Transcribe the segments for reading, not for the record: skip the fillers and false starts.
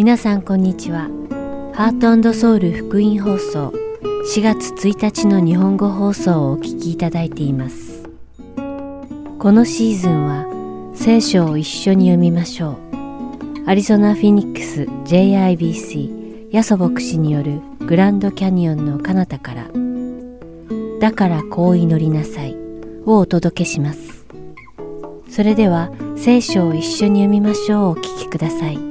皆さんこんにちは。ハート&ソウル福音放送4月1日の日本語放送をお聞きいただいています。このシーズンは聖書を一緒に読みましょう。アリゾナ・フィニックス JIBC ヤソ牧師によるグランドキャニオンの彼方からだからこう祈りなさいをお届けします。それでは聖書を一緒に読みましょう。お聞きください。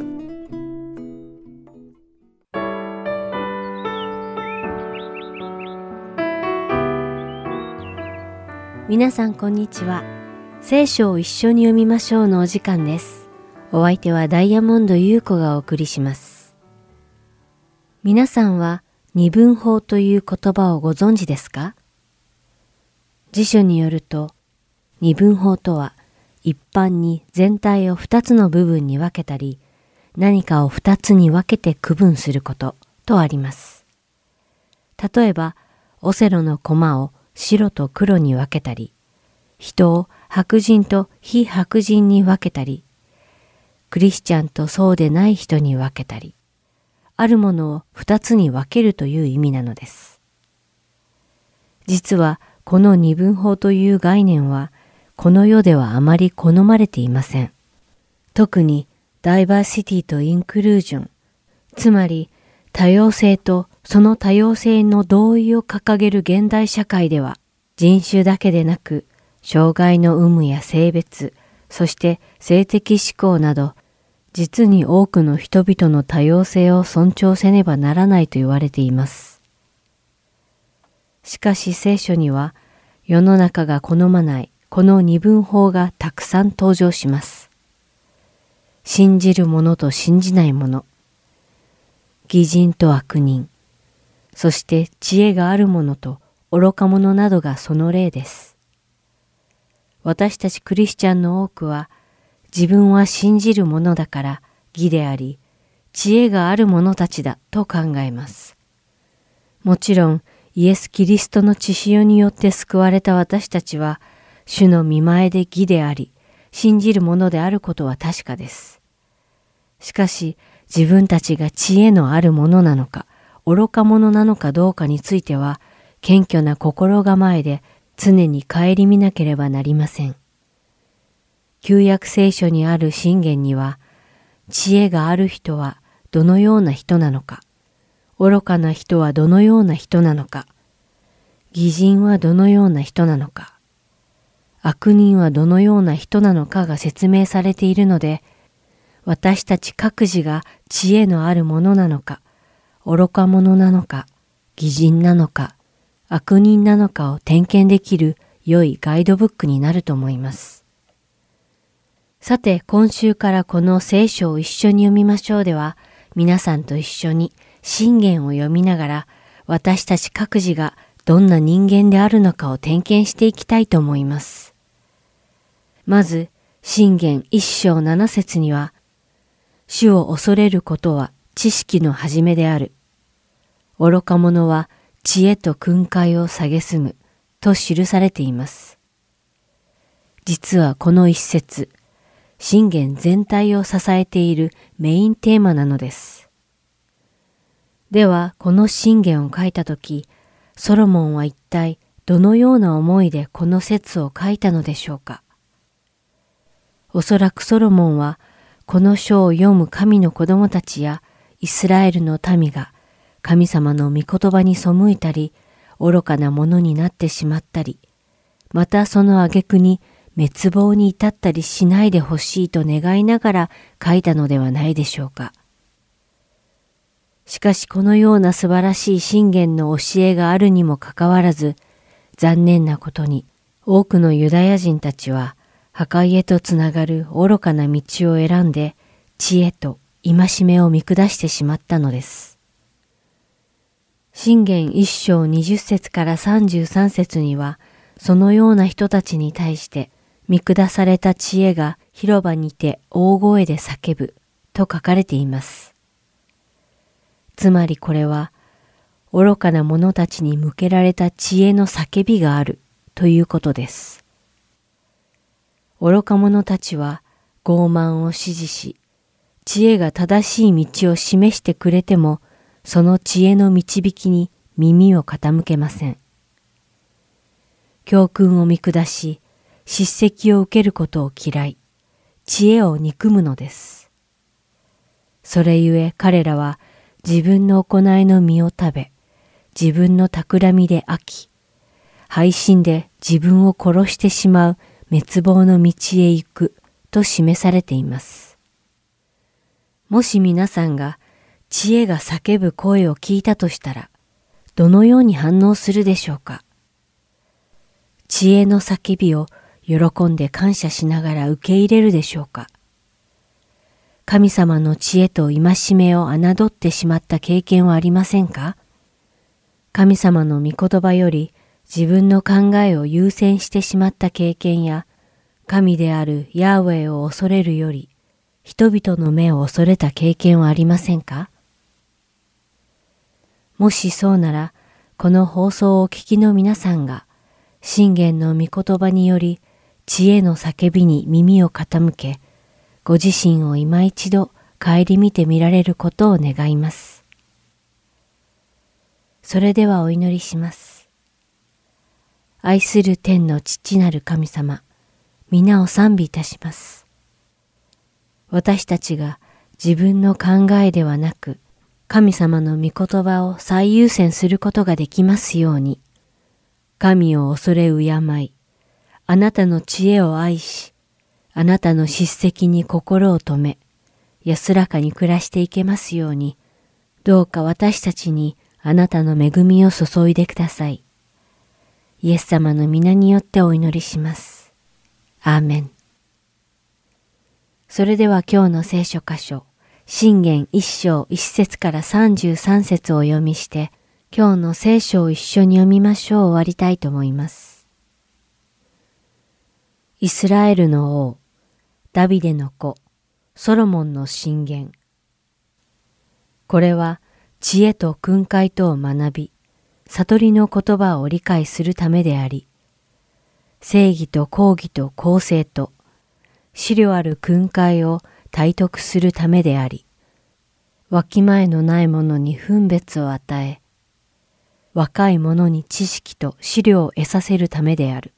皆さんこんにちは。聖書を一緒に読みましょうのお時間です。お相手はダイヤモンド優子がお送りします。皆さんは二分法という言葉をご存知ですか？辞書によると、二分法とは一般に全体を二つの部分に分けたり、何かを二つに分けて区分することとあります。例えば、オセロの駒を白と黒に分けたり、人を白人と非白人に分けたり、クリスチャンとそうでない人に分けたり、あるものを二つに分けるという意味なのです。実はこの二分法という概念は、この世ではあまり好まれていません。特にダイバーシティとインクルージョン、つまり多様性とその多様性の同意を掲げる現代社会では、人種だけでなく、障害の有無や性別、そして性的指向など、実に多くの人々の多様性を尊重せねばならないと言われています。しかし聖書には、世の中が好まないこの二分法がたくさん登場します。信じる者と信じない者、義人と悪人、そして知恵がある者と愚か者などがその例です。私たちクリスチャンの多くは、自分は信じる者だから義であり、知恵がある者たちだと考えます。もちろん、イエス・キリストの血潮によって救われた私たちは、主の御前で義であり、信じる者であることは確かです。しかし、自分たちが知恵のある者なのか、愚か者なのかどうかについては、謙虚な心構えで常に顧みなければなりません。旧約聖書にある箴言には、知恵がある人はどのような人なのか、愚かな人はどのような人なのか、義人はどのような人なのか、悪人はどのような人なのかが説明されているので、私たち各自が知恵のあるものなのか、愚か者なのか、義人なのか、悪人なのかを点検できる良いガイドブックになると思います。さて、今週からこの聖書を一緒に読みましょうでは、皆さんと一緒に箴言を読みながら、私たち各自がどんな人間であるのかを点検していきたいと思います。まず、箴言1章7節には、主を恐れることは知識の始めである。愚か者は知恵と訓戒を蔑むと記されています。実はこの一節、箴言全体を支えているメインテーマなのです。では、この箴言を書いたとき、ソロモンは一体どのような思いでこの説を書いたのでしょうか。おそらくソロモンは、この書を読む神の子供たちやイスラエルの民が神様の御言葉に背いたり、愚かなものになってしまったり、またその挙句に滅亡に至ったりしないでほしいと願いながら書いたのではないでしょうか。しかしこのような素晴らしい箴言の教えがあるにもかかわらず、残念なことに多くのユダヤ人たちは、破壊へとつながる愚かな道を選んで、知恵と戒めを見下してしまったのです。箴言1章20節から33節には、そのような人たちに対して、見下された知恵が広場にて大声で叫ぶと書かれています。つまりこれは、愚かな者たちに向けられた知恵の叫びがあるということです。愚か者たちは傲慢を支持し、 知恵が正しい道を示してくれても、その知恵の導きに耳を傾けません。教訓を見下し、叱責を受けることを嫌い、知恵を憎むのです。それゆえ彼らは自分の行いの実を食べ、自分の企みで飽き、背信で自分を殺してしまう滅亡の道へ行くと示されています。もし皆さんが知恵が叫ぶ声を聞いたとしたら、どのように反応するでしょうか。知恵の叫びを喜んで感謝しながら受け入れるでしょうか。神様の知恵と戒めを侮ってしまった経験はありませんか。神様の御言葉より自分の考えを優先してしまった経験や、神であるヤーウェイを恐れるより、人々の目を恐れた経験はありませんか。もしそうなら、この放送をお聞きの皆さんが、箴言の御言葉により、知恵の叫びに耳を傾け、ご自身を今一度顧みてみられることを願います。それではお祈りします。愛する天の父なる神様、皆を賛美いたします。私たちが自分の考えではなく、神様の御言葉を最優先することができますように、神を恐れ敬い、あなたの知恵を愛し、あなたの叱責に心を留め、安らかに暮らしていけますように、どうか私たちにあなたの恵みを注いでください。イエス様の皆によってお祈りします。アーメン。それでは今日の聖書箇所、箴言1章1節から33節をお読みして、今日の聖書を一緒に読みましょう。終わりたいと思います。イスラエルの王、ダビデの子、ソロモンの箴言。これは知恵と訓戒とを学び、悟りの言葉を理解するためであり、正義と公義と公正と、思慮ある訓戒を体得するためであり、わきまえのない者に分別を与え、若い者に知識と思慮を得させるためである。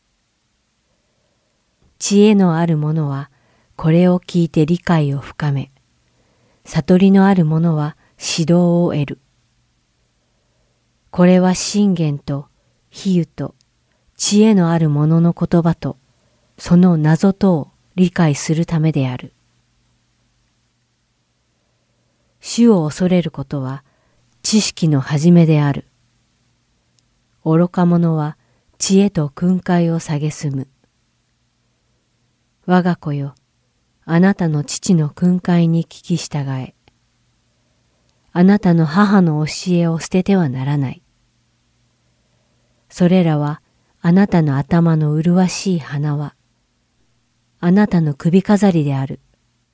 知恵のある者はこれを聞いて理解を深め、悟りのある者は指導を得る。これは箴言と比喩と知恵のある者の言葉とその謎とを理解するためである。主を恐れることは知識の始めである。愚か者は知恵と訓戒を蔑む。我が子よ、あなたの父の訓戒に聞き従え。あなたの母の教えを捨ててはならない。それらはあなたの頭の麗しい花輪、あなたの首飾りである。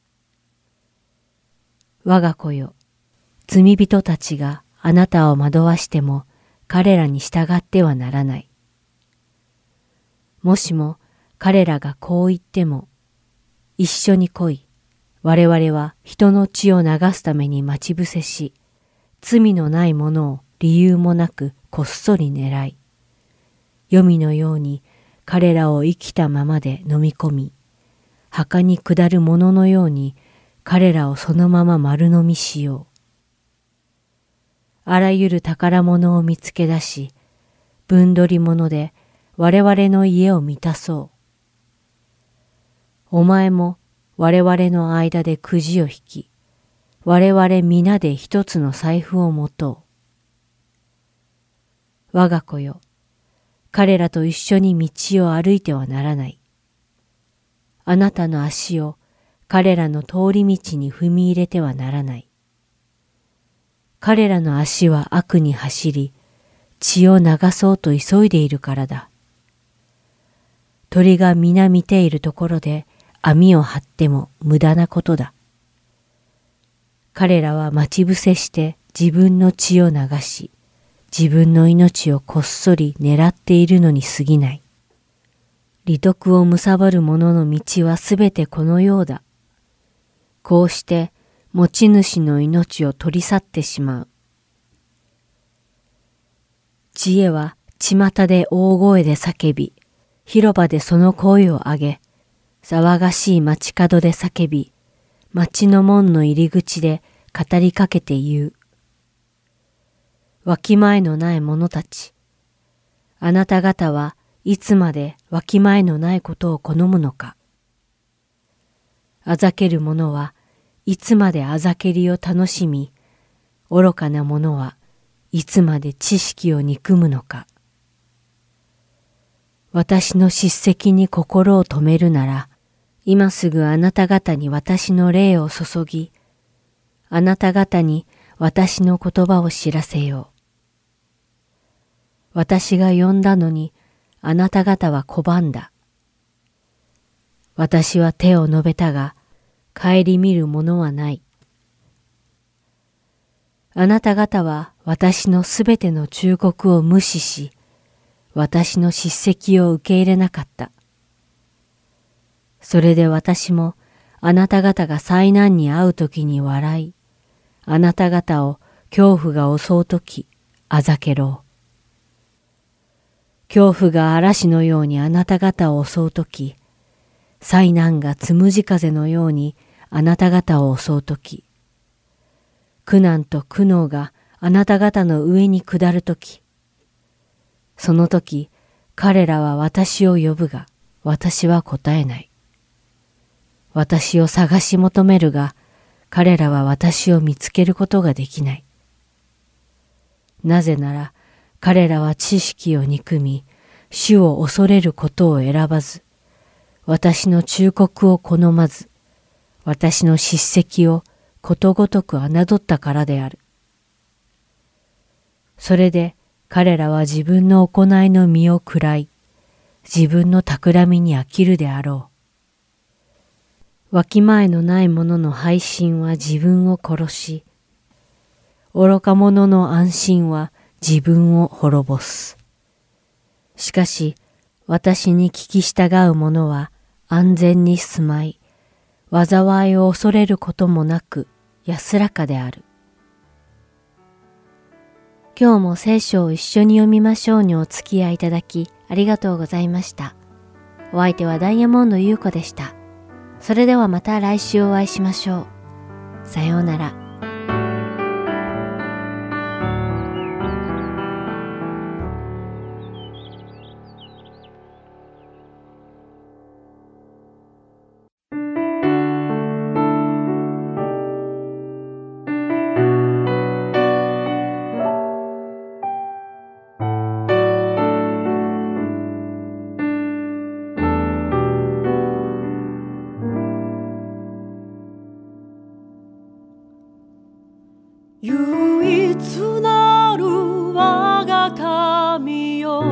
我が子よ、罪人たちがあなたを惑わしても彼らに従ってはならない。もしも彼らがこう言っても、一緒に来い。我々は人の血を流すために待ち伏せし、罪のないものを理由もなくこっそり狙い、黄泉のように彼らを生きたままで飲み込み、墓に下るもののように彼らをそのまま丸飲みしよう。あらゆる宝物を見つけ出し、分取り物で我々の家を満たそう。お前も我々の間でくじを引き、我々皆で一つの財布を持とう。我が子よ、彼らと一緒に道を歩いてはならない。あなたの足を彼らの通り道に踏み入れてはならない。彼らの足は悪に走り、血を流そうと急いでいるからだ。鳥が皆見ているところで網を張っても無駄なことだ。彼らは待ち伏せして自分の血を流し、自分の命をこっそり狙っているのに過ぎない。利得を貪る者の道はすべてこのようだ。こうして持ち主の命を取り去ってしまう。知恵は巷で大声で叫び、広場でその声を上げ、騒がしい街角で叫び、町の門の入り口で語りかけて言う。わきまえのない者たち、あなた方はいつまでわきまえのないことを好むのか。あざける者はいつまであざけりを楽しみ、愚かな者はいつまで知識を憎むのか。私の叱責に心を止めるなら、今すぐあなた方に私の霊を注ぎ、あなた方に私の言葉を知らせよう。私が呼んだのにあなた方は拒んだ。私は手を述べたが、顧みるものはない。あなた方は私のすべての忠告を無視し、私の叱責を受け入れなかった。それで私もあなた方が災難に遭うときに笑い、あなた方を恐怖が襲うとき、あざけろう。恐怖が嵐のようにあなた方を襲うとき、災難がつむじ風のようにあなた方を襲うとき、苦難と苦悩があなた方の上に下るとき、そのとき彼らは私を呼ぶが、私は答えない。私を探し求めるが、彼らは私を見つけることができない。なぜなら、彼らは知識を憎み、主を恐れることを選ばず、私の忠告を好まず、私の叱責をことごとく侮ったからである。それで彼らは自分の行いの身を喰らい、自分の企みに飽きるであろう。わきまえのない者の背信は自分を殺し、愚か者の安心は自分を滅ぼす。しかし、私に聞き従う者は安全に住まい、災いを恐れることもなく安らかである。今日も聖書を一緒に読みましょうにお付き合いいただきありがとうございました。お相手はダイヤモンド優子でした。それではまた来週お会いしましょう。さようなら。 唯一なる我が神よ、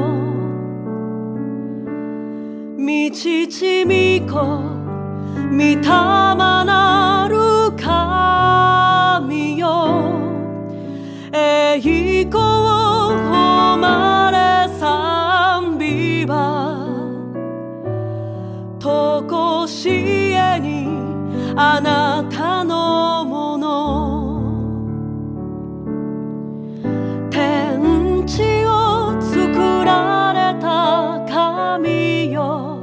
御父御子御霊なる神よ、栄光誉れ賛美はとこしえにあなたのもの。天地を作られた神よ、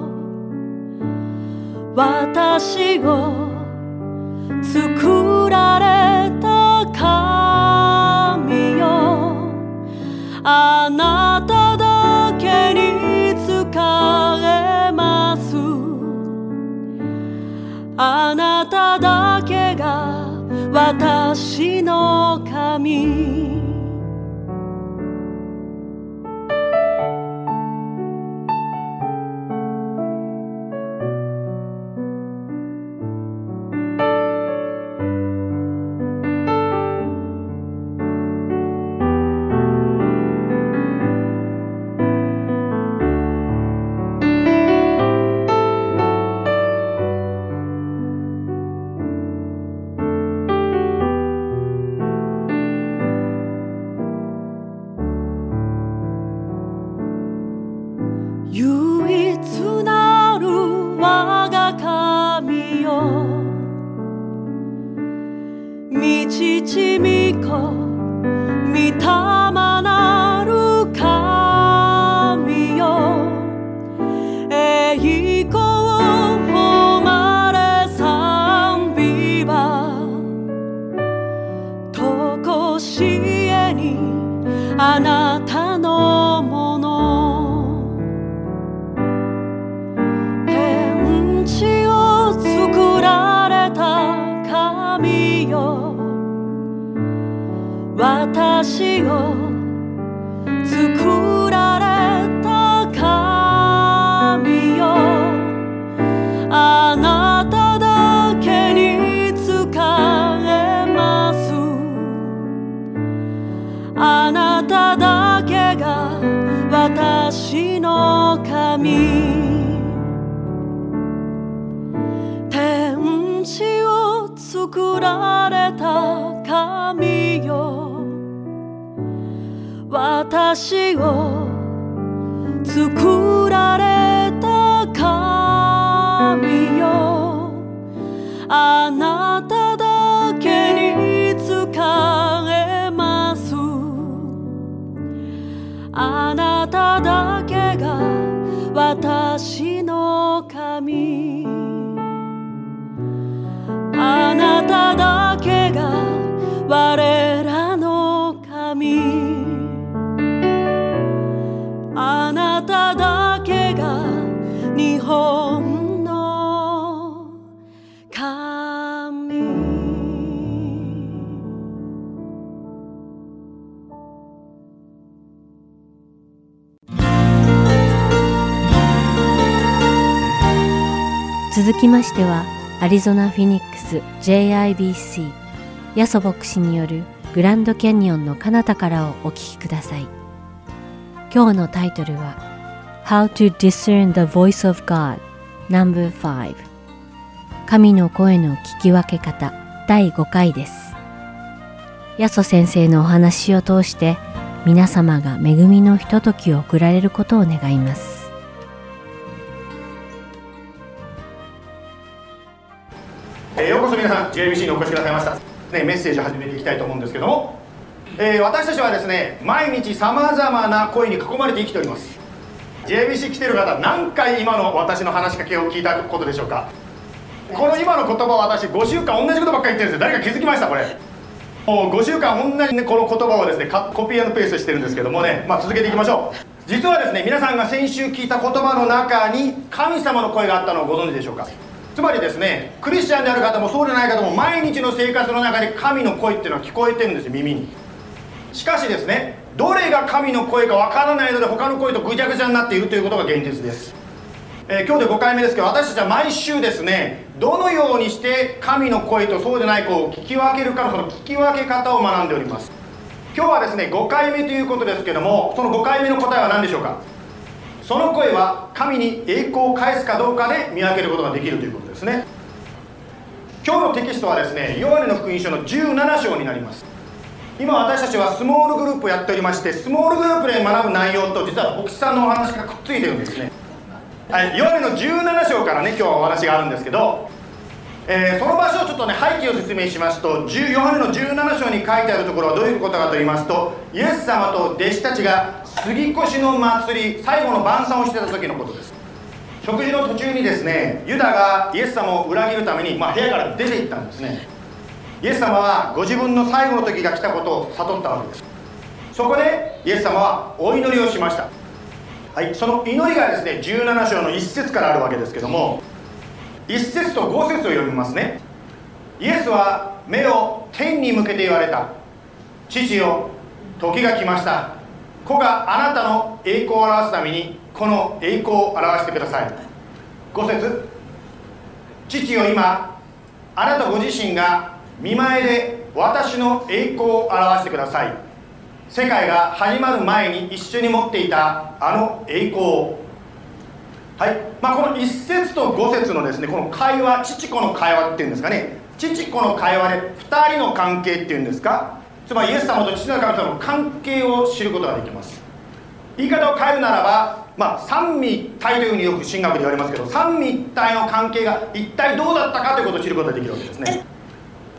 私を作られた神よ、あなただけに仕えます。あなただけが私の神。 子御霊なる神よ栄光誉れ賛美はとこしえにあなたのもの天地を作られた神よ私を作られた神よあなただけに仕えますあなただけが私の神天地を作られた神よ私を作られた神よあなただけに仕えますあなただけが私の神あなただけが我らの神あなただけが日本の神続きましてはアリゾナ・フィニックス JIBC ヤソ牧師によるグランドキャニオンの彼方からをお聞きください。今日のタイトルは How to Discern the Voice of God No.5 神の声の聞き分け方第5回です。ヤソ先生のお話を通して皆様が恵みのひとときを送られることを願います。 ようこそ皆さん JIBC にお越しくださいました、メッセージを始めていきたいと思うんですけども、私たちはですね毎日さまざまな声に囲まれて生きております。 JIBC 来てる方何回今の私の話しかけを聞いたことでしょうか。この今の言葉を私5週間同じことばっかり言ってるんですよ。誰か気づきました？これもう5週間同じ、ね、この言葉をですねコピー&ペーストしてるんですけどもね、続けていきましょう。実はですね皆さんが先週聞いた言葉の中に神様の声があったのをご存知でしょうか。つまりですねクリスチャンである方もそうでない方も毎日の生活の中で神の声っていうのは聞こえてるんですよ、耳に。しかしですねどれが神の声かわからないので他の声とぐちゃぐちゃになっているということが現実です。今日で5回目ですけど私たちは毎週ですねどのようにして神の声とそうでない声を聞き分けるかのその聞き分け方を学んでおります。今日はですね5回目ということですけども、その5回目の答えは何でしょうか。その声は神に栄光を返すかどうかで見分けることができるということですね。今日のテキストはですねヨハネの福音書の17章になります。今私たちはスモールグループをやっておりまして、スモールグループで学ぶ内容と実は牧師さんのお話がくっついてるんですね。ヨハネの17章からね今日はお話があるんですけど、その場所をちょっとね背景を説明しますと、ヨハネの17章に書いてあるところはどういうことかと言いますと、イエス様と弟子たちが杉越の祭り最後の晩餐をしてた時のことです。食事の途中にですねユダがイエス様を裏切るために、部屋から出て行ったんですね。イエス様はご自分の最後の時が来たことを悟ったわけです。そこでイエス様はお祈りをしました。その祈りがですね17章の1節からあるわけですけども、1節と5節を読みますね。イエスは目を天に向けて言われた。父よ、時が来ました。子があなたの栄光を表すためにこの栄光を表してください。5節、父よ、今あなたご自身が御前で私の栄光を表してください。世界が始まる前に一緒に持っていたあの栄光を。この1節と5節のですねこの会話、父子の会話っていうんですかね、父子の会話で2人の関係っていうんですか、つまりイエス様と父なる神様の関係を知ることができます。言い方を変えるならば、三位一体というふうによく神学で言われますけど、三位一体の関係が一体どうだったかということを知ることができるわけですね。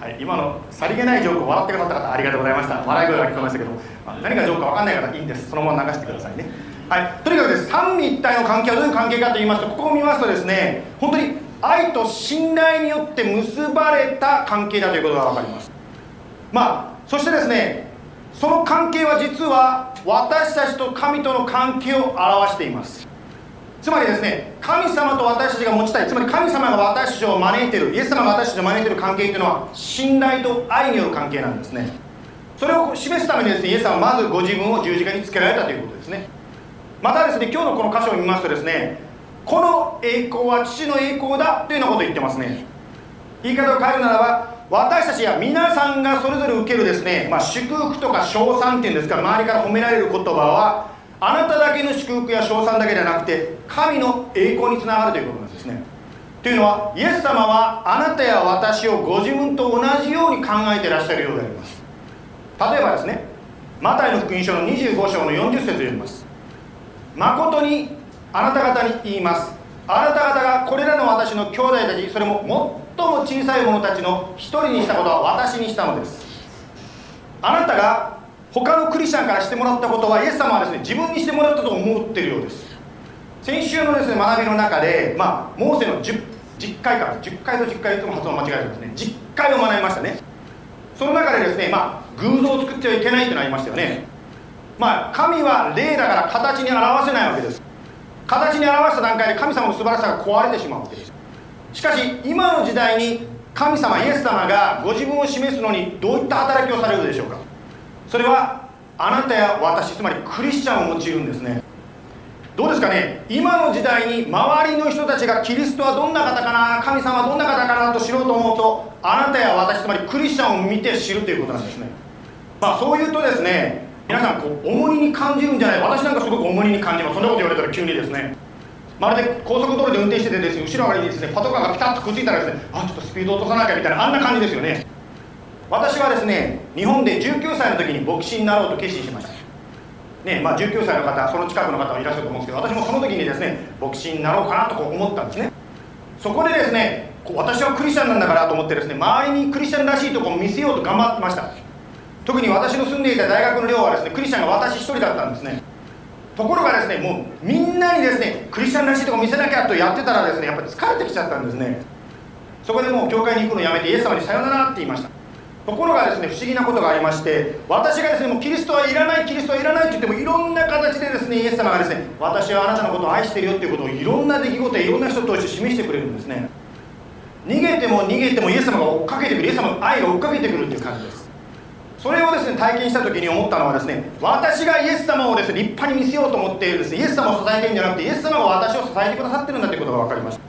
はい、今のさりげないジョークを笑ってくださった方ありがとうございました。笑い声が聞こえましたけども、何がジョークか分かんない方いいんです。そのまま流してくださいね。はい、とにかくです、三位一体の関係はどういう関係かと言いますと、ここを見ますとですね、本当に愛と信頼によって結ばれた関係だということが分かります。そしてですね、その関係は実は私たちと神との関係を表しています。つまりですね、神様と私たちが持ちたい、つまり神様が私たちを招いている、イエス様が私たちを招いている関係というのは信頼と愛による関係なんですね。それを示すためにですね、イエス様はまずご自分を十字架につけられたということですね。またですね、今日のこの箇所を見ますとですね、この栄光は父の栄光だというようなことを言ってますね。言い方を変えるならば、私たちや皆さんがそれぞれ受けるですね、祝福とか称賛っていうんですか、周りから褒められる言葉はあなただけの祝福や称賛だけではなくて神の栄光につながるということなんですね。というのは、イエス様はあなたや私をご自分と同じように考えていらっしゃるようであります。例えばですね、マタイの福音書の25章の40節で読みます。誠にあなた方に言います。あなた方がこれらの私の兄弟たち、それも最も小さい者たちの一人にしたことは私にしたのです。あなたが他のクリスチャンからしてもらったことは、イエス様はですね、自分にしてもらったと思っているようです。先週のですね、学びの中で、モーセの10回から10回と10回いつも発音間違えてますね、10回を学びましたね。その中でですね、偶像を作ってはいけないというのがありましたよね。神は霊だから形に表せないわけです。形に表した段階で神様の素晴らしさが壊れてしまうわけです。しかし今の時代に神様イエス様がご自分を示すのにどういった働きをされるでしょうか。それはあなたや私、つまりクリスチャンを用いるんですね。どうですかね、今の時代に周りの人たちがキリストはどんな方かな、神様はどんな方かなと知ろうと思うと、あなたや私、つまりクリスチャンを見て知るということなんですね。そういうとですね、皆さん重荷に感じるんじゃない。私なんかすごく重荷に感じます。そんなこと言われたら急にですね、まるで高速道路で運転しててですね、後ろ側にですねパトカーがピタッとくっついたらですね、ちょっとスピード落とさなきゃみたいな、あんな感じですよね。私はですね、日本で19歳の時に牧師になろうと決心しましたね。19歳の方、その近くの方はいらっしゃると思うんですけど、私もその時にですね、牧師になろうかなと思ったんですね。そこでですね、私はクリスチャンなんだからと思ってですね、周りにクリスチャンらしいところを見せようと頑張ってました。特に私の住んでいた大学の寮はですね、クリスチャンが私一人だったんですね。ところがですね、もうみんなにですね、クリスチャンらしいところ見せなきゃとやってたらですね、やっぱり疲れてきちゃったんですね。そこでもう教会に行くのをやめてイエス様にさよならって言いました。ところがですね、不思議なことがありまして、私がですね、もうキリストはいらない、キリストはいらないと言っても、いろんな形でですね、イエス様がですね、私はあなたのことを愛しているよっていうことをいろんな出来事やいろんな人として示してくれるんですね。逃げても逃げてもイエス様が追っかけてくる、イエス様の愛が追っかけてくるっていう感じです。それをですね、体験した時に思ったのはですね、私がイエス様をですね、立派に見せようと思っているですね、イエス様を支えているんじゃなくて、イエス様が私を支えてくださってるんだということが分かりました。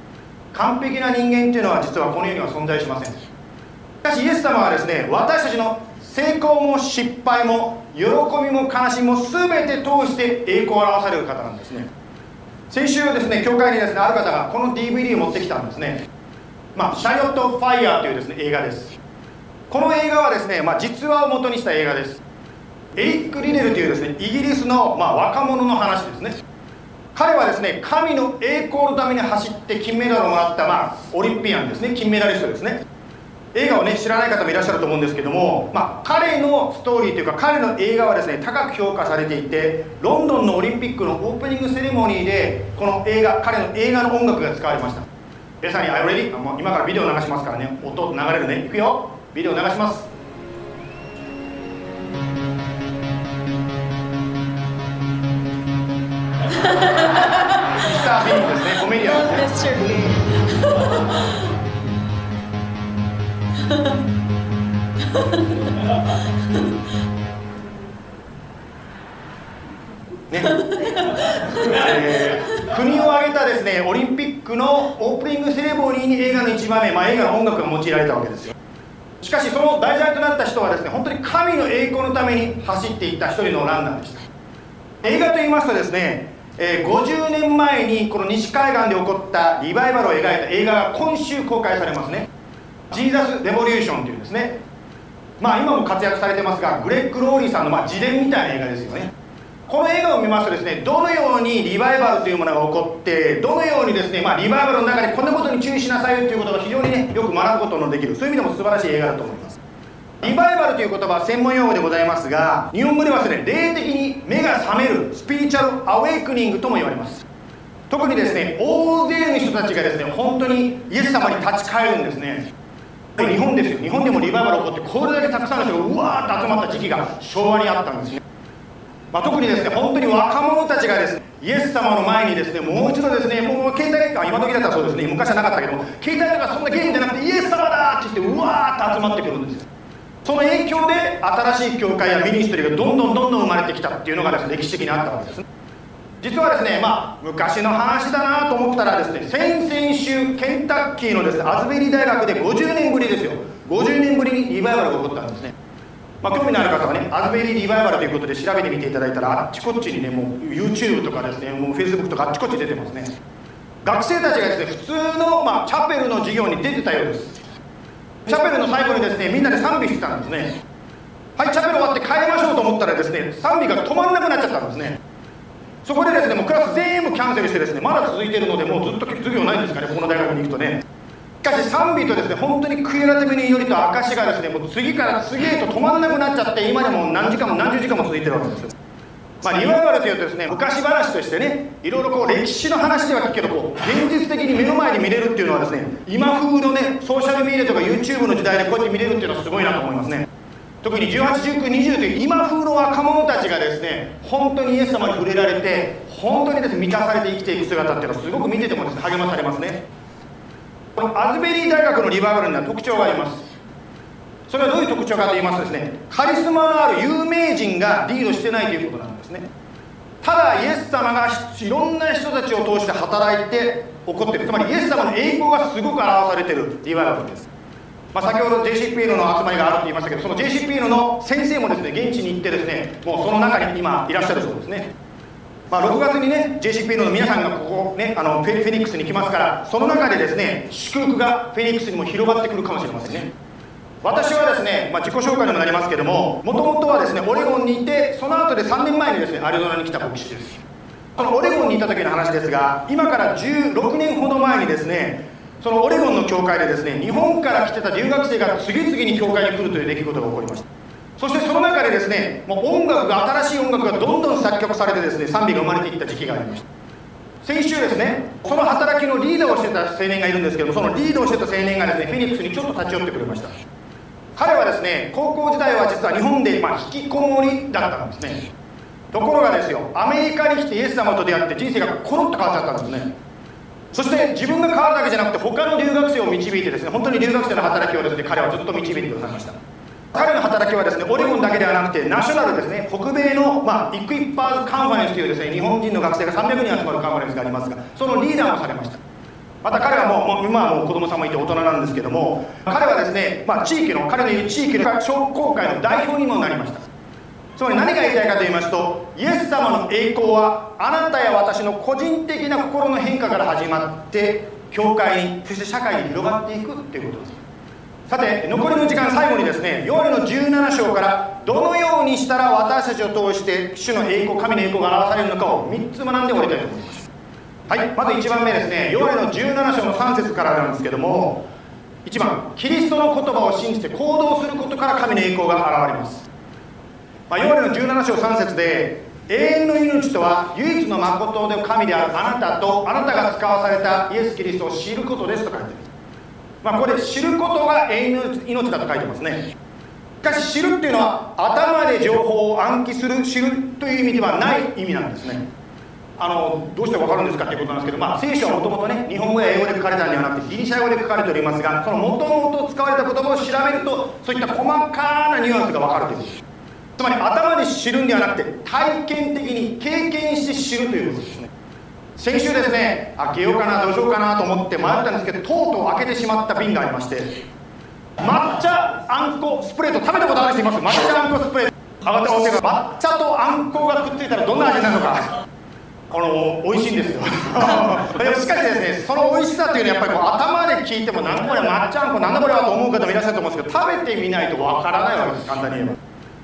完璧な人間というのは実はこの世には存在しません。しかしイエス様はですね、私たちの成功も失敗も喜びも悲しみも全て通して栄光を表される方なんですね。先週ですね、教会にですね、ある方がこの DVD を持ってきたんですね。シャリオット・ファイヤーというですね、映画です。この映画はですね、実話を元にした映画です。エリック・リネルというですね、イギリスの若者の話ですね。彼はですね、神の栄光のために走って金メダルをもらったオリンピアンですね、金メダリストですね。映画をね、知らない方もいらっしゃると思うんですけども、彼のストーリーというか彼の映画はですね、高く評価されていて、ロンドンのオリンピックのオープニングセレモニーでこの映画、彼の映画の音楽が使われました。皆さんにAre you ready？今からビデオ流しますからね、音流れるね。いくよ、ビデオ流します。ミスター・ビーンですね、コメディアンですね。国を挙げたですね、オリンピックのオープニングセレモニーに映画の一場面、映画の音楽が用いられたわけですよ。しかしその題材となった人はですね、本当に神の栄光のために走っていった一人のランナーでした。映画といいますとですね、50年前にこの西海岸で起こったリバイバルを描いた映画が今週公開されますね。ジーザス・レボリューションというですね、今も活躍されてますが、グレッグ・ローリーさんの自伝みたいな映画ですよね。 この映画を見ますとですね、どのようにリバイバルというものが起こって、どのようにですね、リバイバルの中でこんなことに注意しなさいよということが非常にね、よく学ぶことのできる、そういう意味でも素晴らしい映画だと思います。リバイバルという言葉は専門用語でございますが、日本語ではですね、霊的に目が覚めるスピリチュアルアウェイクニングとも言われます。特にですね、大勢の人たちがですね、本当にイエス様に立ち返るんですね。日本ですよ。日本でもリバイバルが起こって、これだけたくさんの人がうわーっと集まった時期が昭和にあったんですね。特にですね、本当に若者たちがですね、イエス様の前にですね、もう一度ですね、もう携帯か、今時だったらそうですね、昔はなかったけども、携帯とかそんなゲームじゃなくて、イエス様だって言って、うわーっと集まってくるんですよ。その影響で、新しい教会やミニストリーがどんどん生まれてきたっていうのがですね、歴史的にあったわけですね。実はですね、昔の話だなと思ったらですね、先々週、ケンタッキーのですね、アズベリー大学で50年ぶりですよ。50年ぶりにリバイバルが起こったんですね。興味のある方はね、アズベリーリバイバルということで調べてみていただいたら、あっちこっちにね、もう YouTube とかですね、もう Facebook とかあっちこっち出てますね。学生たちがですね、普通の、チャペルの授業に出てたようです。チャペルの最後にですね、みんなで賛美してたんですね。はい、チャペル終わって帰りましょうと思ったらですね、賛美が止まんなくなっちゃったんですね。そこでですね、もうクラス全部キャンセルしてですね、まだ続いているので、もうずっと授業ないんですかね、この大学に行くとね。しかし賛美とですね、本当に悔い改めに祈りと証しがですね、もう次から次へと止まんなくなっちゃって、今でも何時間も何十時間も続いてるわけですよ。リバイバルというとですね、昔話としてね、いろいろこう歴史の話では聞くけど、こう現実的に目の前に見れるっていうのはですね、今風のね、ソーシャルメディアとか YouTube の時代でこうやって見れるっていうのはすごいなと思いますね。特に18、19、20という今風の若者たちがですね、本当にイエス様に触れられて、本当にですね、満たされて生きていく姿っていうのはすごく見ててもですね、励まされますね。このアズベリー大学のリバイバルには特徴があります。それはどういう特徴かと言いますとですね、カリスマのある有名人がリードしてないということなんですね。ただイエス様がいろんな人たちを通して働いて起こっている、つまりイエス様の栄光がすごく表されているリバイバルです。先ほど JCPN の集まりがあると言いましたけど、その JCPN の先生もですね、現地に行ってですね、もうその中に今いらっしゃるそうですね。6月にね、JCPN の皆さんがここね、フェニックスに来ますから、その中でですね、祝福がフェニックスにも広がってくるかもしれませんね。私はですね、自己紹介にもなりますけども、もともとはですね、オレゴンにいて、その後で3年前にですね、アリゾナに来た牧師です。そのオレゴンにいた時の話ですが、今から16年ほど前にですね、そのオレゴンの教会でですね、日本から来てた留学生が次々に教会に来るという出来事が起こりました。そしてその中でですね、もう新しい音楽がどんどん作曲されてですね、賛美が生まれていった時期がありました。先週ですね、その働きのリーダーをしてた青年がいるんですけども、そのリーダーをしてた青年がですね、フェニックスにちょっと立ち寄ってくれました。彼はですね、高校時代は実は日本で引きこもりだったんですね。ところがですよ、アメリカに来てイエス様と出会って人生がコロッと変わっちゃったんですね。そして自分が変わるだけじゃなくて、他の留学生を導いてですね、本当に留学生の働きをですね、彼はずっと導いてくださいました。彼の働きはですね、オレゴンだけではなくて、ナショナルですね、北米の、イクイッパーズカンファレンスというですね、日本人の学生が300人集まるカンファレンスがありますが、そのリーダーもされました。また彼は今はもう子供さんもいて大人なんですけども、彼はですね、彼のいる地域の商工会の代表にもなりました。つまり何が言いたいかと言いますと、イエス様の栄光はあなたや私の個人的な心の変化から始まって教会に、そして社会に広がっていくということです。さて、残りの時間、最後にですね、ヨハネの17章からどのようにしたら私たちを通して主の栄光、神の栄光が表されるのかを3つ学んで終わりたいと思います。はい、まず1番目ですね、ヨハネの17章の3節からなんですけども、1番、キリストの言葉を信じて行動することから神の栄光が現れます。ヨハネの17章3節で、永遠の命とは唯一の誠で神であるあなたとあなたが使わされたイエス・キリストを知ることですと書いてあります。これ知ることが永遠の命だと書いてますね。しかし知るっていうのは頭で情報を暗記する、知るという意味ではない意味なんですね。どうして分かるんですかということなんですけど、聖書はもともとね、日本語や英語で書かれたのではなくてギリシャ語で書かれておりますが、そのもともと使われた言葉を調べると、そういった細かなニュアンスが分かるということです。つまり頭で知るんではなくて、体験的に経験して知るということですね。先週ですね、開けようかなどうしようかなと思って迷ったんですけど、とうとう開けてしまった瓶がありまして、抹茶あんこスプレーと、食べたことある人います？抹茶あんこスプレー、抹茶とあんこがくっついたらどんな味になるのか、美味しいんですよ。でもしかしですね、その美味しさというのはやっぱり頭で聞いても、なんこれ抹茶あんこなんだこれはと思う方もいらっしゃると思うんですけど、食べてみないとわからないわけです。簡単に言えば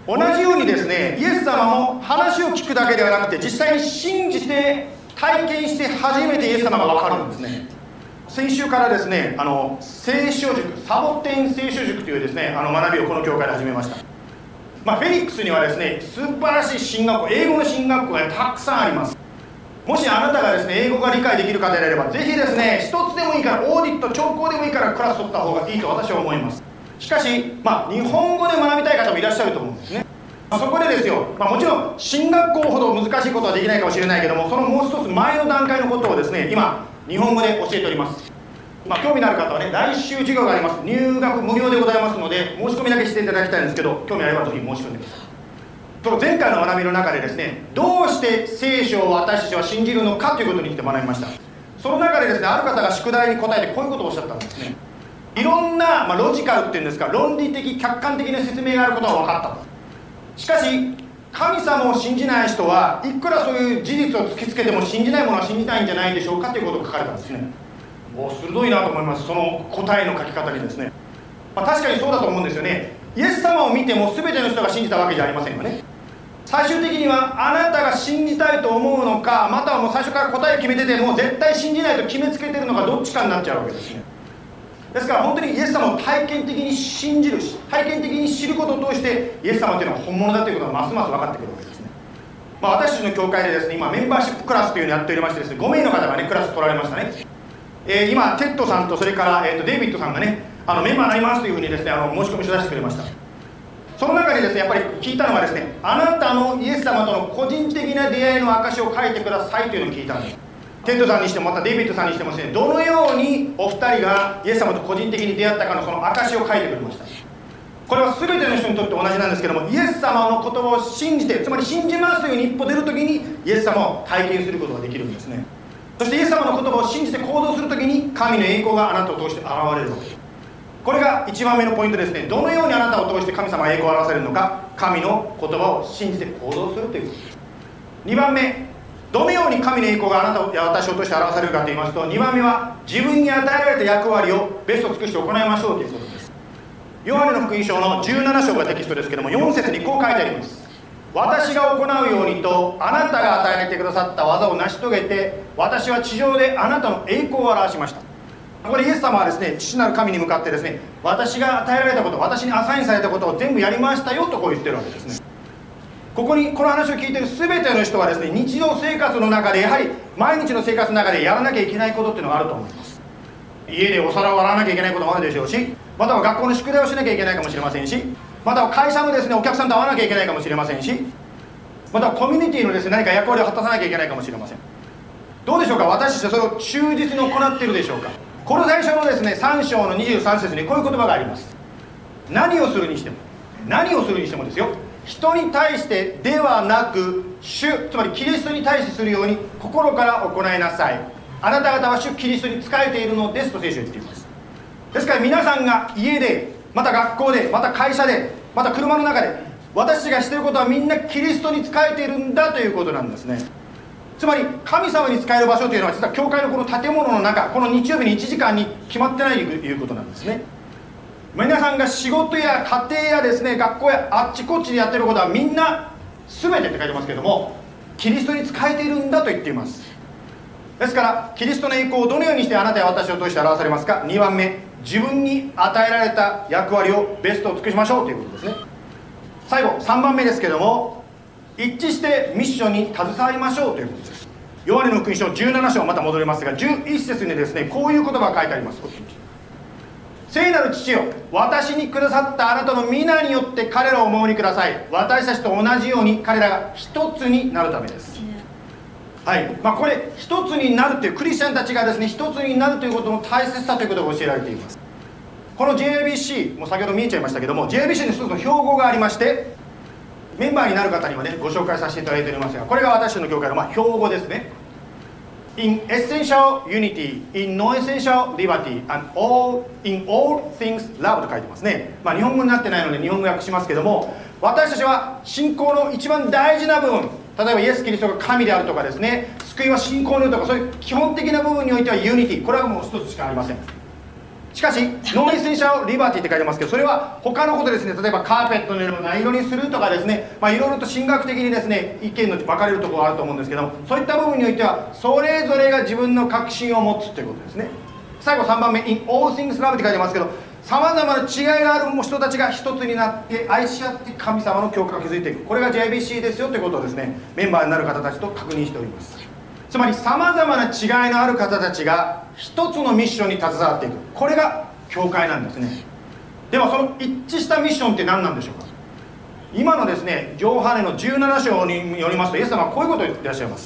同じようにですね、イエス様も話を聞くだけではなくて、実際に信じて体験して初めてイエス様が分かるんですね。先週からですね、聖書塾、サボテン聖書塾というですね、学びをこの教会で始めました。フェニックスにはですね、素晴らしい進学校、英語の進学校がたくさんあります。もしあなたがですね、英語が理解できる方であれば、ぜひですね、一つでもいいから、オーディット、聴講でもいいからクラス取った方がいいと私は思います。しかし、日本語で学びたい方もいらっしゃると思うんですね。そこでですよ、もちろん進学校ほど難しいことはできないかもしれないけども、そのもう一つ前の段階のことをですね、今日本語で教えております。興味のある方はね、来週授業があります。入学無料でございますので、申し込みだけしていただきたいんですけど、興味あればぜひ申し込んでください。その前回の学びの中でですね、どうして聖書を私たちは信じるのかということについて学びました。その中でですね、ある方が宿題に答えてこういうことをおっしゃったんですね。いろんな、ロジカルっていうんですか、論理的客観的な説明があることは分かったと。しかし神様を信じない人はいくらそういう事実を突きつけても信じないものは信じないんじゃないでしょうかということが書かれたんですね。鋭いなと思います。その答えの書き方にですね、確かにそうだと思うんですよね。イエス様を見ても全ての人が信じたわけじゃありませんよね。最終的にはあなたが信じたいと思うのか、またはもう最初から答えを決めててもう絶対信じないと決めつけてるのか、どっちかになっちゃうわけですね。ですから本当にイエス様を体験的に信じるし、体験的に知ることを通してイエス様というのは本物だということがますます分かってくるわけですね。私たちの教会でですね、今メンバーシップクラスというのをやっておりましてですね、5名の方がねクラス取られましたね。今テッドさんとそれから、デイビッドさんがねメンバーになりますというふうにですね申し込み書出してくれました。その中でですねやっぱり聞いたのはですね、あなたのイエス様との個人的な出会いの証を書いてくださいというのを聞いたんです。テッドさんにしてもまたデイビッドさんにしてもですね、どのようにお二人がイエス様と個人的に出会ったかのその証を書いてくれました。これは全ての人にとって同じなんですけども、イエス様の言葉を信じて、つまり信じますというふうに一歩出るときにイエス様を体験することができるんですね。そしてイエス様の言葉を信じて行動するときに神の栄光があなたを通して現れるわけです。これが1番目のポイントですね。どのようにあなたを通して神様が栄光を表されるのか、神の言葉を信じて行動するということです。2番目、どのように神の栄光があなたや私を通して表されるかと言いますと、2番目は自分に与えられた役割をベストを尽くして行いましょうということです。ヨハネの福音書の17章がテキストですけども、4節にこう書いてあります。私が行うようにとあなたが与えてくださった技を成し遂げて、私は地上であなたの栄光を表しました。ここでイエス様はですね、父なる神に向かってですね、私が与えられたこと、私にアサインされたことを全部やりましたよとこう言ってるわけですね。ここにこの話を聞いている全ての人はですね、日常生活の中でやはり毎日の生活の中でやらなきゃいけないことっていうのがあると思います。家でお皿を洗わなきゃいけないこともあるでしょうし、または学校の宿題をしなきゃいけないかもしれませんし、または会社のですねお客さんと会わなきゃいけないかもしれませんし、またはコミュニティのですね何か役割を果たさなきゃいけないかもしれません。どうでしょうか。私たちはそれを忠実に行っているでしょうか。この最初のですね3章の23節にこういう言葉があります。何をするにしてもですよ、人に対してではなく主、つまりキリストに対してするように心から行いなさい。あなた方は主キリストに仕えているのですと聖書は言っています。ですから皆さんが家で、また学校で、また会社で、また車の中で私たちがしていることはみんなキリストに仕えているんだということなんですね。つまり神様に仕える場所というのは実は教会のこの建物の中、この日曜日に1時間に決まってないということなんですね。皆さんが仕事や家庭やですね学校やあっちこっちでやっていることはみんな全てって書いてますけども、キリストに仕えているんだと言っています。ですからキリストの栄光をどのようにしてあなたや私を通して表されますか。2番目、自分に与えられた役割をベストを尽くしましょうということですね。最後3番目ですけども、一致してミッションに携わりましょうということです。ヨハネの福音書17章また戻りますが、11節にですねこういう言葉が書いてあります。聖なる父よ、私にくださったあなたの皆によって彼らをお守りください。私たちと同じように彼らが一つになるためです。はい、これ一つになるという、クリスチャンたちがですね一つになるということの大切さということが教えられています。この JIBC も先ほど見えちゃいましたけども、 JIBC に一つの標語がありまして、メンバーになる方にはねご紹介させていただいておりますが、これが私の教会の標語ですね。In essential unity, in no essential liberty, and in all things love と書いてますね。日本語になってないので日本語訳しますけども、私たちは信仰の一番大事な部分、例えばイエス・キリストが神であるとかですね、救いは信仰にあるとか、そういう基本的な部分においてはユニティ、これはもう一つしかありません。 しかしノンエッセンシャルリバティって書いてますけど、それは他のことですね。例えばカーペットの色を何色にするとかですね、いろいろと神学的にですね意見の分かれるところがあると思うんですけども、そういった部分においてはそれぞれが自分の確信を持つということですね。最後3番目 In all things love って書いてますけど、さまざまな違いがある人たちが一つになって愛し合って神様の教会を築いていく、これが JBC ですよということをですねメンバーになる方たちと確認しております。つまりさまざまな違いのある方たちが一つのミッションに携わっていく、これが教会なんですね。ではその一致したミッションって何なんでしょうか。今のですねヨハネの17章によりますと、イエス様はこういうことを言っていらっしゃいます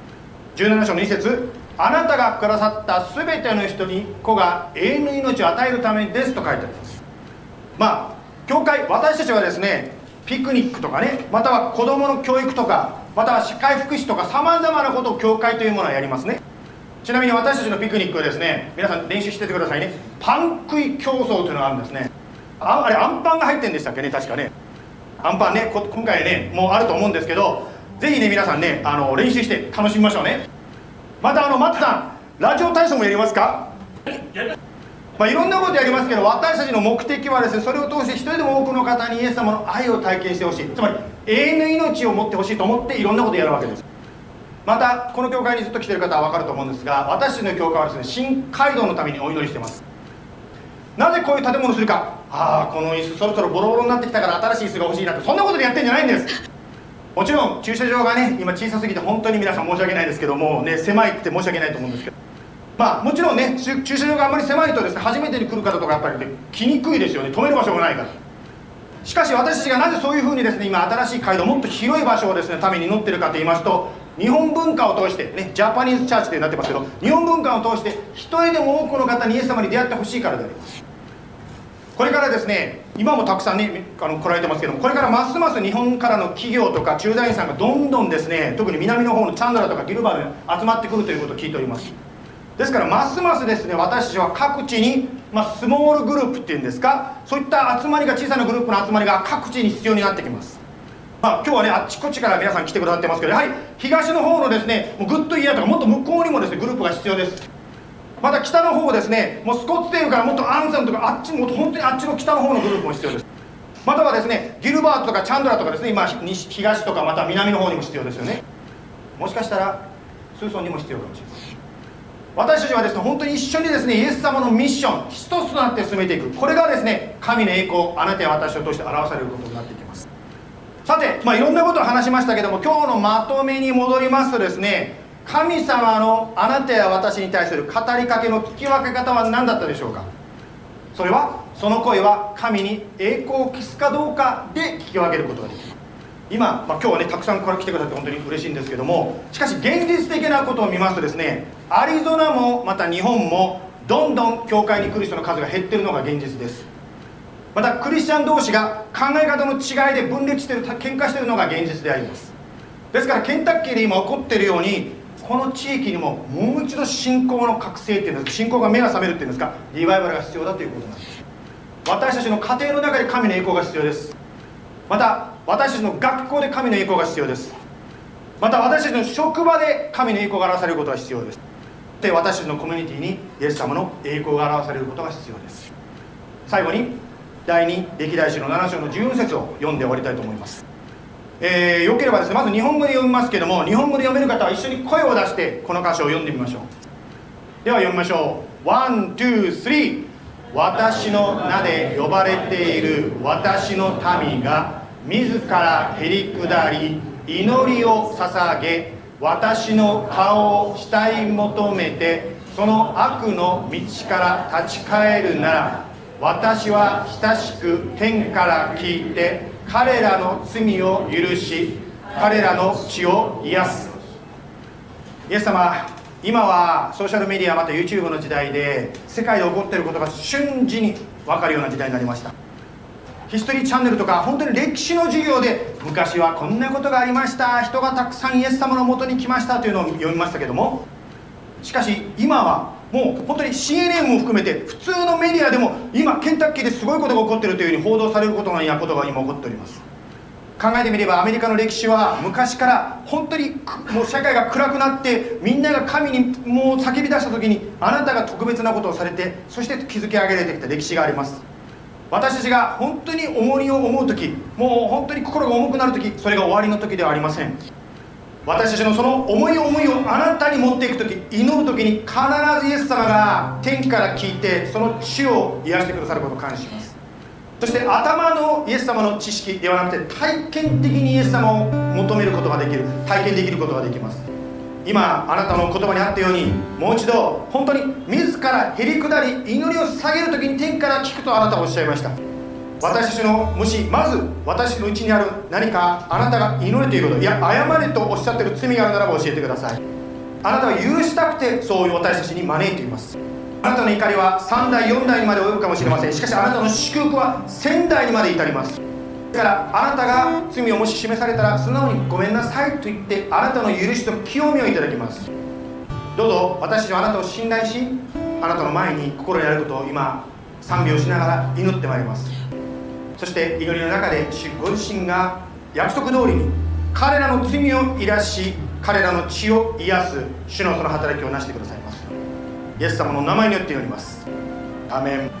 。17章の2節、あなたがくださった全ての人に子が永遠の命を与えるためですと書いてあります。教会、私たちはですねピクニックとかね、または子どもの教育とか、または社会福祉とか、さまざまなことを教会というものはやりますね。ちなみに私たちのピクニックはですね、皆さん練習しててくださいね。パン食い競争というのがあるんですね。あれアンパンが入ってるんでしたっけね、確かね。アンパンね、今回ねもうあると思うんですけど、ぜひね皆さんね練習して楽しみましょうね。また松さん、ラジオ体操もやりますか。いろんなことやりますけど、私たちの目的はですね、それを通して一人でも多くの方にイエス様の愛を体験してほしい、つまり永遠の命を持ってほしいと思っていろんなことをやるわけです。またこの教会にずっと来てる方は分かると思うんですが、私たちの教会はですね新街道のためにお祈りしています。なぜこういう建物をするか。この椅子そろそろボロボロになってきたから新しい椅子が欲しいなって、そんなことでやってんじゃないんです。もちろん駐車場がね今小さすぎて本当に皆さん申し訳ないですけどもね、狭いって申し訳ないと思うんですけど、もちろんね駐車場があんまり狭いとですね、初めてに来る方とかやっぱり、ね、来にくいですよね。止める場所がないから。しかし私たちがなぜそういうふうにですね今新しい街道、もっと広い場所をですねために祈ってるかと言いますと、日本文化を通してね、ジャパニーズチャーチとなってますけど、日本文化を通して一人でも多くの方にイエス様に出会ってほしいからであります。これからですね、今もたくさんね来られてますけども、これからますます日本からの企業とか駐在員さんがどんどんですね、特に南の方のチャンドラとかギルバーに集まってくるということを聞いております。ですからますますですね、私たちは各地に、スモールグループっていうんですか、そういった集まりが、小さなグループの集まりが各地に必要になってきます。今日はねあっちこっちから皆さん来てくださってますけど、やはり東の方のですねもうグッドイヤーとかもっと向こうにもですねグループが必要です。また北の方ですね、もうスコッツテールからもっとアンサムとかあっちも本当にあっちの北の方のグループも必要です。またはですねギルバートとかチャンドラとかですね、今東とかまた南の方にも必要ですよね。もしかしたらスーソンにも必要かもしれません。私たちはですね本当に一緒にですねイエス様のミッション一つとなって進めていく、これがですね神の栄光、あなたや私を通して表されることになっていきます。さて、いろんなことを話しましたけども、今日のまとめに戻りますとですね、神様のあなたや私に対する語りかけの聞き分け方は何だったでしょうか。それはその声は神に栄光を期すかどうかで聞き分けることができる。今、今日はねたくさんこれ来てくださって本当に嬉しいんですけども、しかし現実的なことを見ますとですね、アリゾナもまた日本もどんどん教会に来る人の数が減っているのが現実です。またクリスチャン同士が考え方の違いで分裂している、喧嘩しているのが現実であります。ですからケンタッキーで今起こっているように、この地域にももう一度信仰の覚醒っていうんですか、信仰が目が覚めるっていうんですか、リバイバルが必要だということなんです。私たちの家庭の中で神の栄光が必要です。また私たちの学校で神の栄光が必要です。また私たちの職場で神の栄光が表されることが必要です。で、私たちのコミュニティにイエス様の栄光が表されることが必要です。最後に第2歴代史の7章の14節を読んで終わりたいと思います。よければですね、まず日本語で読みますけども、日本語で読める方は一緒に声を出してこの箇所を読んでみましょう。では読みましょう。ワン、ツー、スリー。私の名で呼ばれている私の民が自らへり下り祈りを捧げ、私の顔を慕い求めてその悪の道から立ち返るなら、私は親しく天から聞いて彼らの罪を許し彼らの血を癒す。イエス様、今はソーシャルメディアまた YouTube の時代で世界で起こっていることが瞬時に分かるような時代になりました。ヒストリーチャンネルとか本当に歴史の授業で昔はこんなことがありました、人がたくさんイエス様のもとに来ましたというのを読みましたけども、しかし今はもう本当に CNN も含めて普通のメディアでも今ケンタッキーですごいことが起こっているというふうに報道されることのようなことが今起こっております。 考えてみればアメリカの歴史は昔から本当にもう社会が暗くなってみんなが神にもう叫び出した時にあなたが特別なことをされてそして築き上げられてきた歴史があります。私たちが本当に重荷を思う時、もう本当に心が重くなる時、それが終わりの時ではありません。私たちのその重い思いをあなたに持っていく時、祈る時に必ずイエス様が天気から聞いてその地を癒してくださることを感謝します。そして頭のイエス様の知識ではなくて体験的にイエス様を求めることができる、体験できることができます。今あなたの言葉にあったように、もう一度本当に自らへり下り祈りを下げる時に天から聞くとあなたはおっしゃいました。私たちのもしまず私のうちにある何かあなたが祈れということ、いや謝れとおっしゃっている罪があるならば教えてください。あなたは許したくてそういう私たちに招いています。あなたの怒りは3代4代にまで及ぶかもしれません。しかしあなたの祝福は1000代にまで至ります。だからあなたが罪をもし示されたら素直にごめんなさいと言ってあなたの許しと清めをいただきます。どうぞ私たちはあなたを信頼し、あなたの前に心にあることを今賛美をしながら祈ってまいります。そして祈りの中で主ご自身が約束通りに彼らの罪を癒し彼らの血を癒す主のその働きをなしてくださいます。イエス様の名前によって祈ります。アーメン。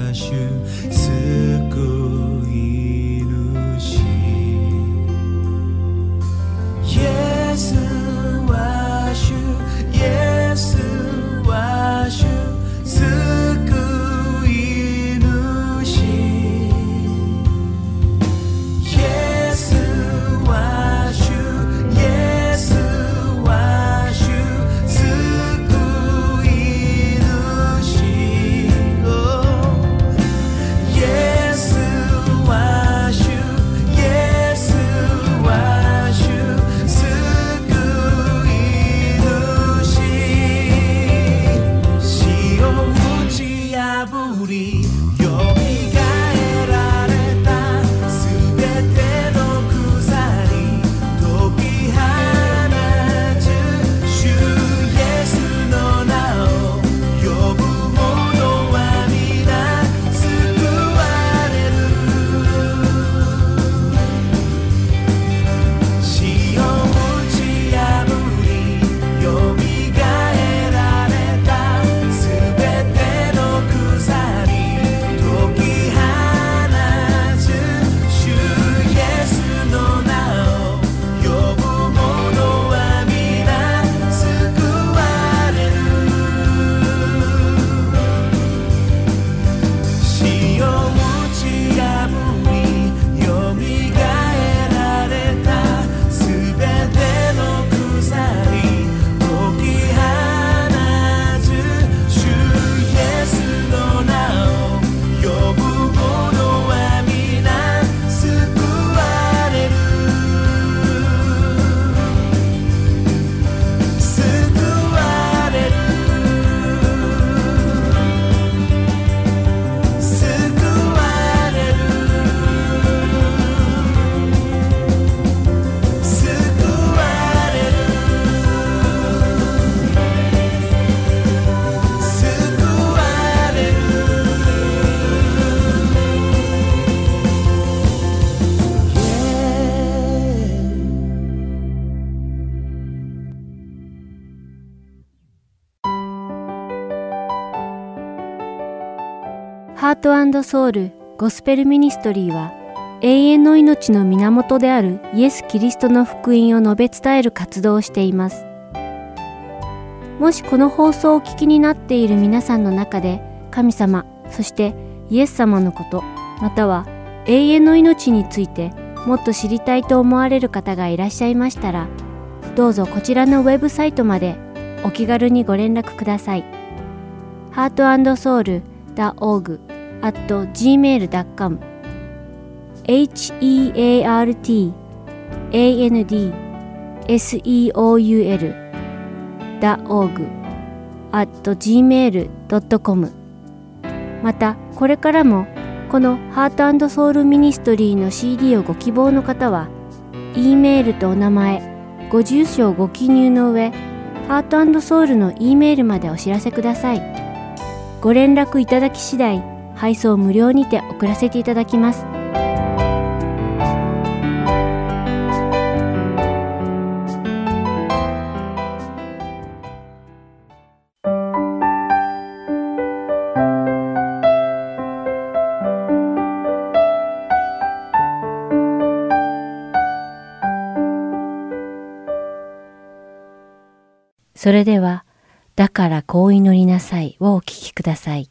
救い主ハート&ソウルゴスペルミニストリーは永遠の命の源であるイエス・キリストの福音を述べ伝える活動をしています。もしこの放送をお聞きになっている皆さんの中で神様、そしてイエス様のこと、または永遠の命についてもっと知りたいと思われる方がいらっしゃいましたら、どうぞこちらのウェブサイトまでお気軽にご連絡ください。heartandsoul.org@gmail.com heartandseoul.org@gmail.com また、これからもこのハート&ソウルミニストリーの CD をご希望の方は、E メールとお名前、ご住所をご記入の上、ハート&ソウルの E メールまでお知らせください。ご連絡いただき次第、配送無料にて送らせていただきます。それでは、だからこう祈りなさいをお聞きください。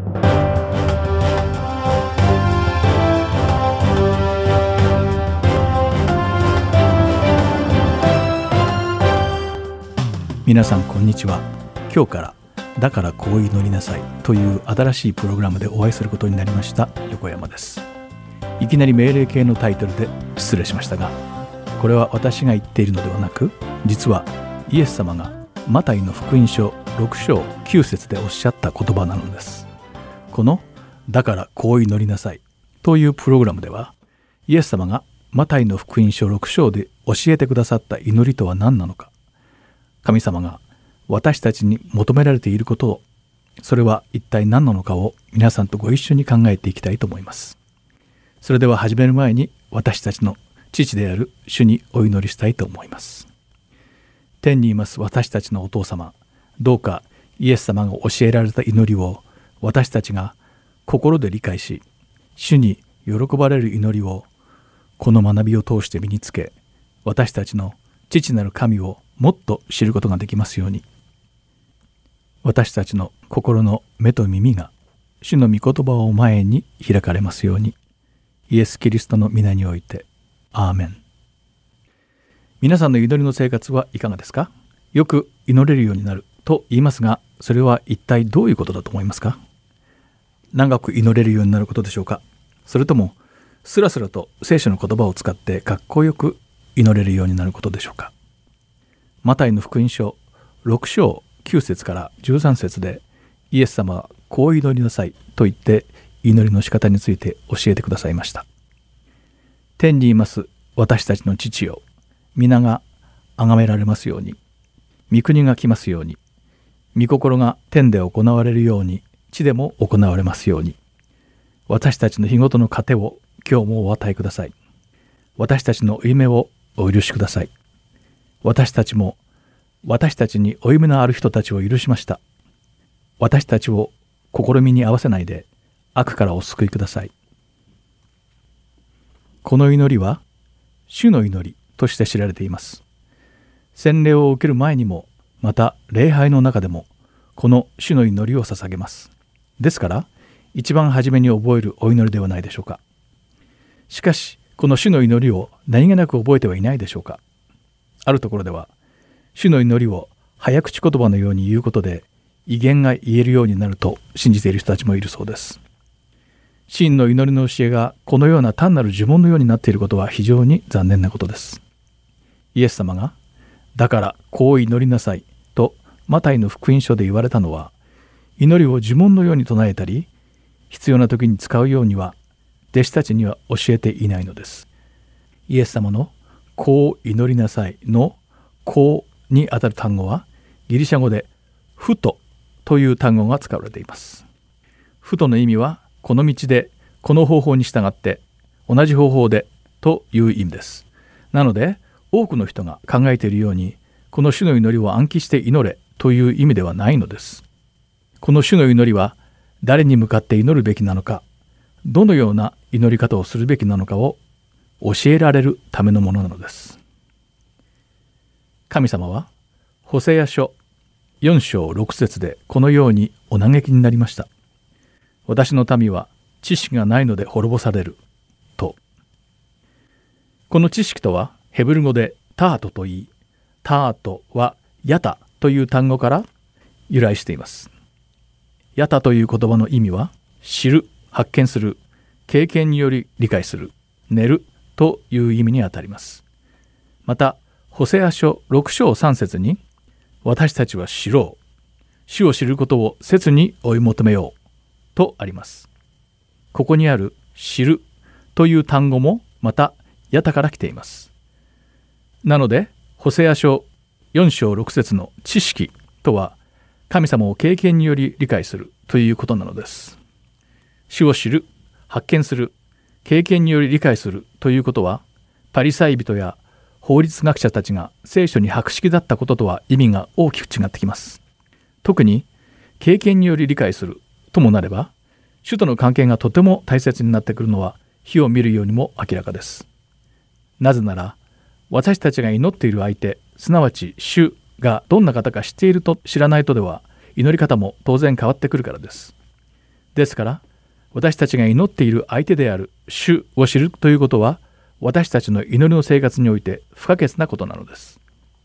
皆さんこんにちは。今日からだからこう祈りなさいという新しいプログラムでお会いすることになりました横山です。いきなり命令形のタイトルで失礼しましたが、これは私が言っているのではなく、実はイエス様がマタイの福音書6章9節でおっしゃった言葉なのです。このだからこう祈りなさいというプログラムでは、イエス様がマタイの福音書6章で教えてくださった祈りとは何なのか、神様が私たちに求められていることを、それは一体何なのかを皆さんとご一緒に考えていきたいと思います。それでは始める前に、私たちの父である主にお祈りしたいと思います。天にいます私たちのお父様、どうかイエス様が教えられた祈りを私たちが心で理解し、主に喜ばれる祈りをこの学びを通して身につけ、私たちの父なる神をもっと知ることができますように。私たちの心の目と耳が主の御言葉を前に開かれますように。イエス・キリストの皆においてアーメン。皆さんの祈りの生活はいかがですか？よく祈れるようになると言いますが、それは一体どういうことだと思いますか？長く祈れるようになることでしょうか？それともスラスラと聖書の言葉を使ってかっこよく祈れるようになることでしょうか？マタイの福音書6章9節から13節で、イエス様はこう祈りなさいと言って祈りの仕方について教えてくださいました。天にいます私たちの父よ、皆が崇められますように、御国が来ますように、御心が天で行われるように地でも行われますように、私たちの日ごとの糧を今日もお与えください。私たちの負い目をお許しください。私たちも私たちに負い目のある人たちを許しました。私たちを試みに合わせないで悪からお救いください。この祈りは主の祈りとして知られています。洗礼を受ける前にも、また礼拝の中でもこの主の祈りを捧げます。ですから一番初めに覚えるお祈りではないでしょうか。しかしこの主の祈りを何気なく覚えてはいないでしょうか。あるところでは主の祈りを早口言葉のように言うことで威厳が言えるようになると信じている人たちもいるそうです。真の祈りの教えがこのような単なる呪文のようになっていることは非常に残念なことです。イエス様がだからこう祈りなさいとマタイの福音書で言われたのは、祈りを呪文のように唱えたり必要な時に使うようには弟子たちには教えていないのです。イエス様のこう祈りなさいのこうにあたる単語はギリシャ語でフトという単語が使われています。フトの意味はこの道でこの方法に従って同じ方法でという意味です。なので多くの人が考えているようにこの主の祈りを暗記して祈れという意味ではないのです。この主の祈りは誰に向かって祈るべきなのか、どのような祈り方をするべきなのかを教えられるためのものなのです。神様はホセア書4章6節でこのようにお嘆きになりました。私の民は知識がないので滅ぼされると。この知識とはヘブル語でタートといい、タートはヤタという単語から由来しています。ヤタという言葉の意味は知る、発見する、経験により理解する、寝るという意味にあたります。またホセア書6章3節に私たちは知ろう、主を知ることを切に追い求めようとあります。ここにある知るという単語もまたヤタから来ています。なのでホセア書4章6節の知識とは神様を経験により理解するということなのです。主を知る、発見する、経験により理解するということはパリサイ人や法律学者たちが聖書に博識だったこととは意味が大きく違ってきます。特に経験により理解するともなれば主との関係がとても大切になってくるのは火を見るようにも明らかです。なぜなら私たちが祈っている相手、すなわち主がどんな方か知っていると知らないとでは祈り方も当然変わってくるからです。ですから私たちが祈っている相手である主を知るということは私たちの祈りの生活において不可欠なことなのです。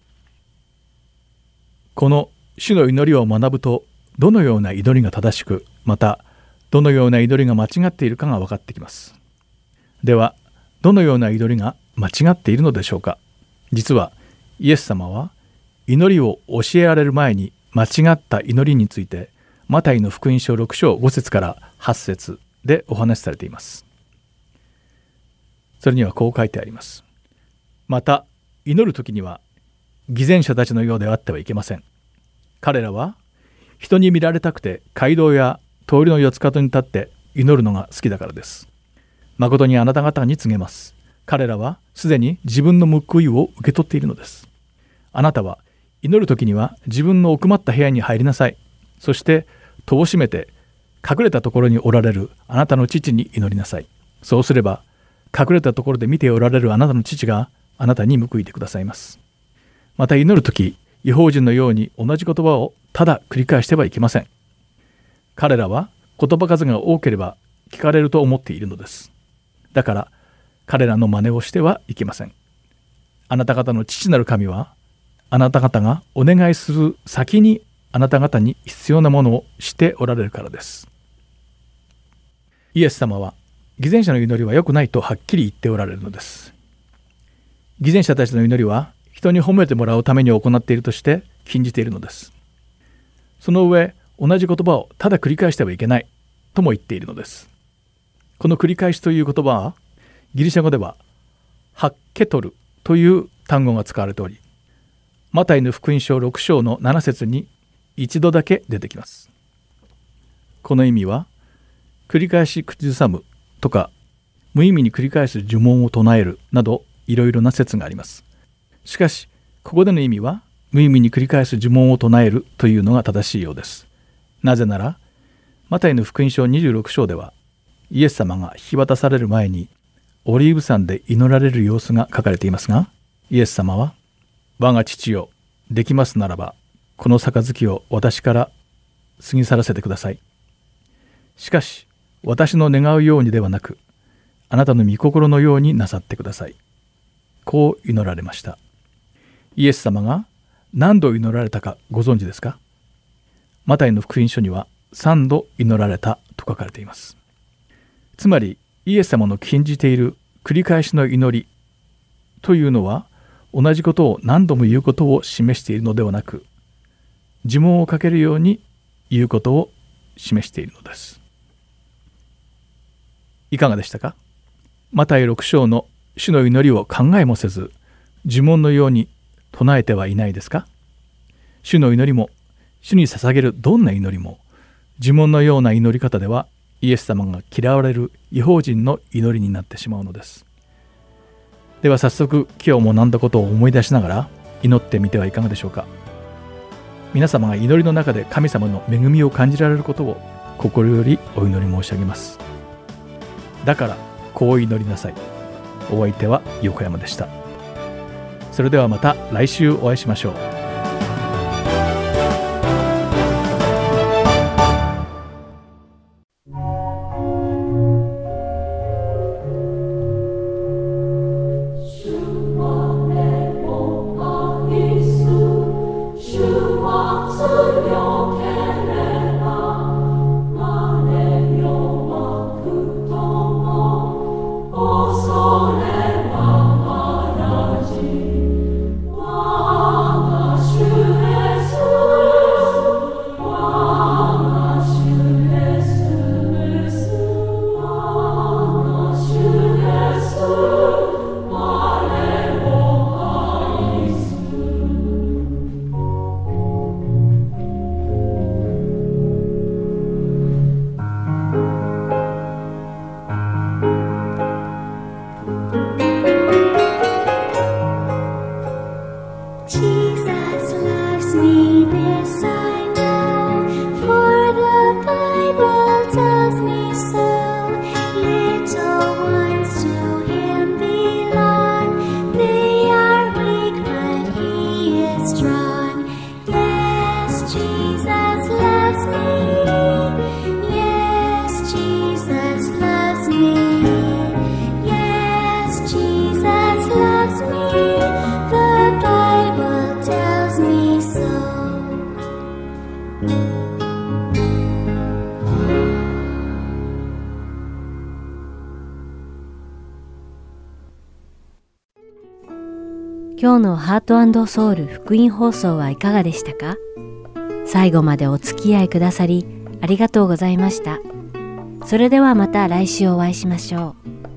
この主の祈りを学ぶとどのような祈りが正しく、またどのような祈りが間違っているかが分かってきます。ではどのような祈りが間違っているのでしょうか。実はイエス様は祈りを教えられる前に間違った祈りについてマタイの福音書6章5節から8節でお話しされています。それにはこう書いてあります。また祈るときには偽善者たちのようであってはいけません。彼らは人に見られたくて街道や通りの四つ角に立って祈るのが好きだからです。誠にあなた方に告げます。彼らはすでに自分の報いを受け取っているのです。あなたは祈るときには自分の奥まった部屋に入りなさい。そして戸を閉めて隠れたところにおられるあなたの父に祈りなさい。そうすれば隠れたところで見ておられるあなたの父があなたに報いてくださいます。また祈るとき、異邦人のように同じ言葉をただ繰り返してはいけません。彼らは言葉数が多ければ聞かれると思っているのです。だから彼らの真似をしてはいけません。あなた方の父なる神はあなた方がお願いする先にあなた方に必要なものをしておられるからです。イエス様は偽善者の祈りは良くないとはっきり言っておられるのです。偽善者たちの祈りは人に褒めてもらうために行っているとして禁じているのです。その上同じ言葉をただ繰り返してはいけないとも言っているのです。 この繰り返しという言葉はギリシャ語ではハッケトルという単語が使われており、マタイの福音書6章の7節に一度だけ出てきます。この意味は繰り返し口ずさむとか、無意味に繰り返す呪文を唱えるなどいろいろな説があります。しかしここでの意味は無意味に繰り返す呪文を唱えるというのが正しいようです。なぜならマタイの福音書26章ではイエス様が引き渡される前にオリーブ山で祈られる様子が書かれていますが、イエス様は我が父よ、できますならばこの杯を私から過ぎ去らせてください。しかし私の願うようにではなく、あなたの御心のようになさってください。こう祈られました。イエス様が何度祈られたかご存知ですか？マタイの福音書には3度祈られたと書かれています。つまりイエス様の禁じている繰り返しの祈りというのは、同じことを何度も言うことを示しているのではなく、呪文をかけるように言うことを示しているのです。いかがでしたか？マタイ6章の主の祈りを考えもせず、呪文のように唱えてはいないですか？主の祈りも、主に捧げるどんな祈りも、呪文のような祈り方では、イエス様が嫌われる異邦人の祈りになってしまうのです。では早速、今日も学んだことを思い出しながら祈ってみてはいかがでしょうか。皆様が祈りの中で神様の恵みを感じられることを心よりお祈り申し上げます。だからこう祈りなさい。お相手は横山でした。それではまた来週お会いしましょう。 今日のハート&ソウル福音放送はいかがでしたか？最後までお付き合いくださりありがとうございました。それではまた来週お会いしましょう。